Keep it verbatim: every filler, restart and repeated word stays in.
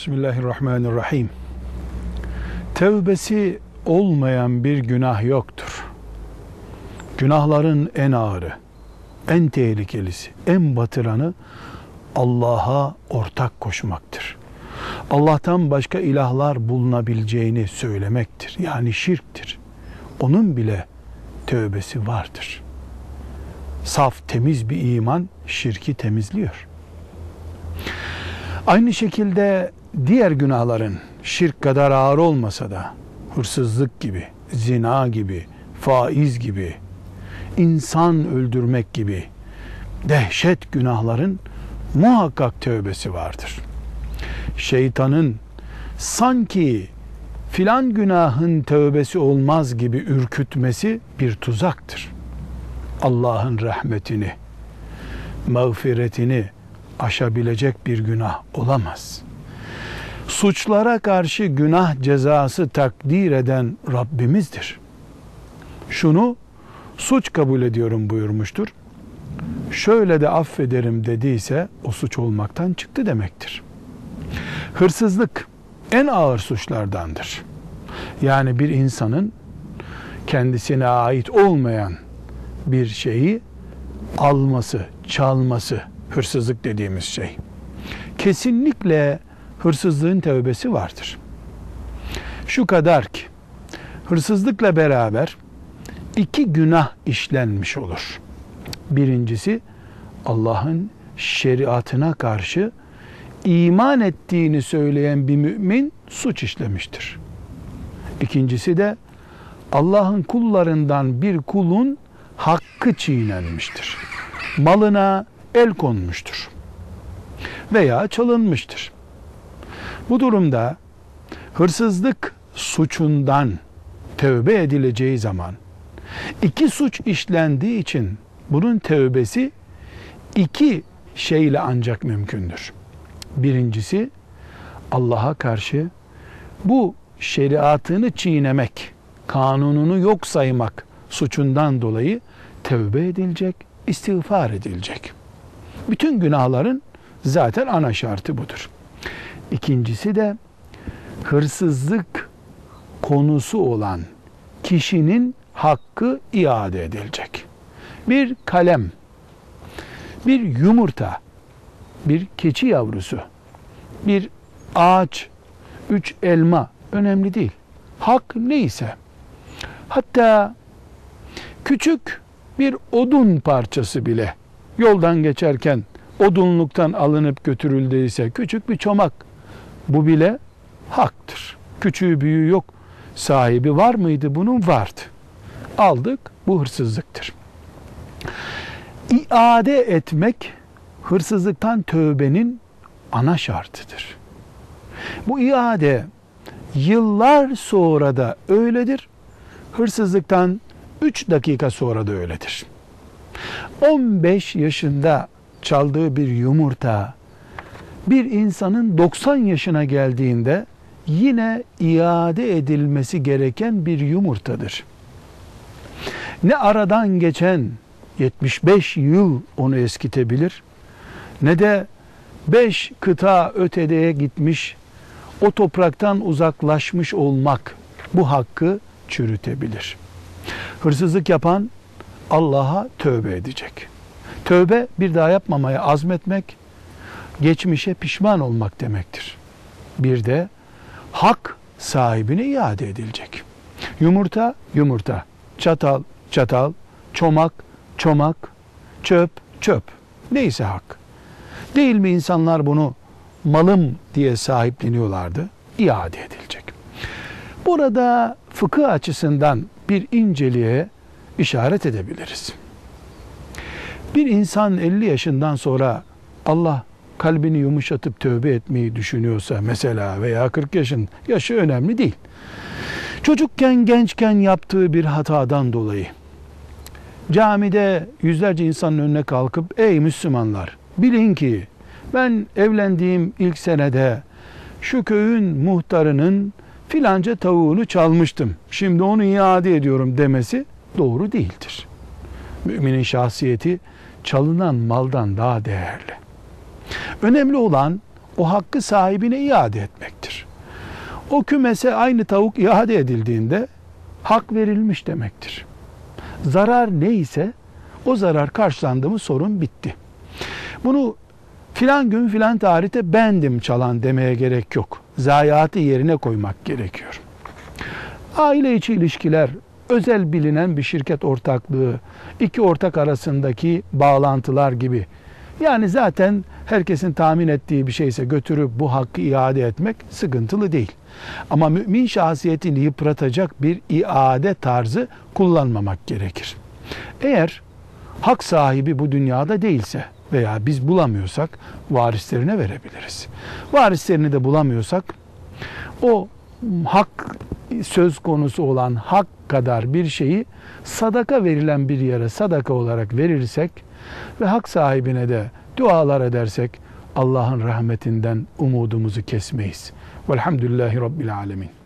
Bismillahirrahmanirrahim. Tevbesi olmayan bir günah yoktur. Günahların en ağırı, en tehlikelisi, en batıranı Allah'a ortak koşmaktır. Allah'tan başka ilahlar bulunabileceğini söylemektir. Yani şirktir. Onun bile tövbesi vardır. Saf, temiz bir iman şirki temizliyor. Aynı şekilde diğer günahların şirk kadar ağır olmasa da hırsızlık gibi, zina gibi, faiz gibi, insan öldürmek gibi dehşet günahların muhakkak tövbesi vardır. Şeytanın sanki filan günahın tövbesi olmaz gibi ürkütmesi bir tuzaktır. Allah'ın rahmetini, mağfiretini aşabilecek bir günah olamaz. Suçlara karşı günah cezası takdir eden Rabbimizdir. Şunu suç kabul ediyorum buyurmuştur. Şöyle de affederim dediyse o suç olmaktan çıktı demektir. Hırsızlık en ağır suçlardandır. Yani bir insanın kendisine ait olmayan bir şeyi alması, çalması, hırsızlık dediğimiz şey. Kesinlikle hırsızlığın tövbesi vardır. Şu kadar ki, hırsızlıkla beraber iki günah işlenmiş olur. Birincisi, Allah'ın şeriatına karşı iman ettiğini söyleyen bir mümin suç işlemiştir. İkincisi de Allah'ın kullarından bir kulun hakkı çiğnenmiştir. Malına el konmuştur veya çalınmıştır. Bu durumda hırsızlık suçundan tövbe edileceği zaman iki suç işlendiği için bunun tövbesi iki şeyle ancak mümkündür. Birincisi, Allah'a karşı bu şeriatını çiğnemek, kanununu yok saymak suçundan dolayı tövbe edilecek, istiğfar edilecek. Bütün günahların zaten ana şartı budur. İkincisi de hırsızlık konusu olan kişinin hakkı iade edilecek. Bir kalem, bir yumurta, bir keçi yavrusu, bir ağaç, üç elma önemli değil. Hak neyse. Hatta küçük bir odun parçası bile yoldan geçerken odunluktan alınıp götürüldüyse küçük bir çomak, bu bile haktır. Küçüğü büyüğü yok. Sahibi var mıydı bunun? Vardı. Aldık, bu hırsızlıktır. İade etmek hırsızlıktan tövbenin ana şartıdır. Bu iade yıllar sonra da öyledir. Hırsızlıktan üç dakika sonra da öyledir. on beş yaşında çaldığı bir yumurta bir insanın doksan yaşına geldiğinde yine iade edilmesi gereken bir yumurtadır. Ne aradan geçen yetmiş beş yıl onu eskitebilir, ne de beş kıta öteye gitmiş, o topraktan uzaklaşmış olmak bu hakkı çürütebilir. Hırsızlık yapan Allah'a tövbe edecek. Tövbe bir daha yapmamaya azmetmek, geçmişe pişman olmak demektir. Bir de hak sahibine iade edilecek. Yumurta, yumurta. Çatal, çatal. Çomak, çomak. Çöp, çöp. Neyse hak. Değil mi insanlar bunu malım diye sahipleniyorlardı? İade edilecek. Burada fıkıh açısından bir inceliğe işaret edebiliriz. Bir insan elli yaşından sonra Allah kalbini yumuşatıp tövbe etmeyi düşünüyorsa mesela veya kırk yaşın, yaşı önemli değil. Çocukken, gençken yaptığı bir hatadan dolayı camide yüzlerce insanın önüne kalkıp ey Müslümanlar, bilin ki ben evlendiğim ilk senede şu köyün muhtarının filanca tavuğunu çalmıştım, şimdi onu iade ediyorum demesi doğru değildir. Müminin şahsiyeti çalınan maldan daha değerli. Önemli olan o hakkı sahibine iade etmektir. O kümese aynı tavuk iade edildiğinde hak verilmiş demektir. Zarar neyse o zarar karşılandı mı sorun bitti. Bunu filan gün filan tarihte bendim çalan demeye gerek yok. Zayiatı yerine koymak gerekiyor. Aile içi ilişkiler, özel bilinen bir şirket ortaklığı, iki ortak arasındaki bağlantılar gibi. Yani zaten herkesin tahmin ettiği bir şeyse götürüp bu hakkı iade etmek sıkıntılı değil. Ama mümin şahsiyetini yıpratacak bir iade tarzı kullanmamak gerekir. Eğer hak sahibi bu dünyada değilse veya biz bulamıyorsak varislerine verebiliriz. Varislerini de bulamıyorsak o hak söz konusu olan hak kadar bir şeyi sadaka verilen bir yere sadaka olarak verirsek ve hak sahibine de dualar edersek Allah'ın rahmetinden umudumuzu kesmeyiz. Velhamdülillahi Rabbil alemin.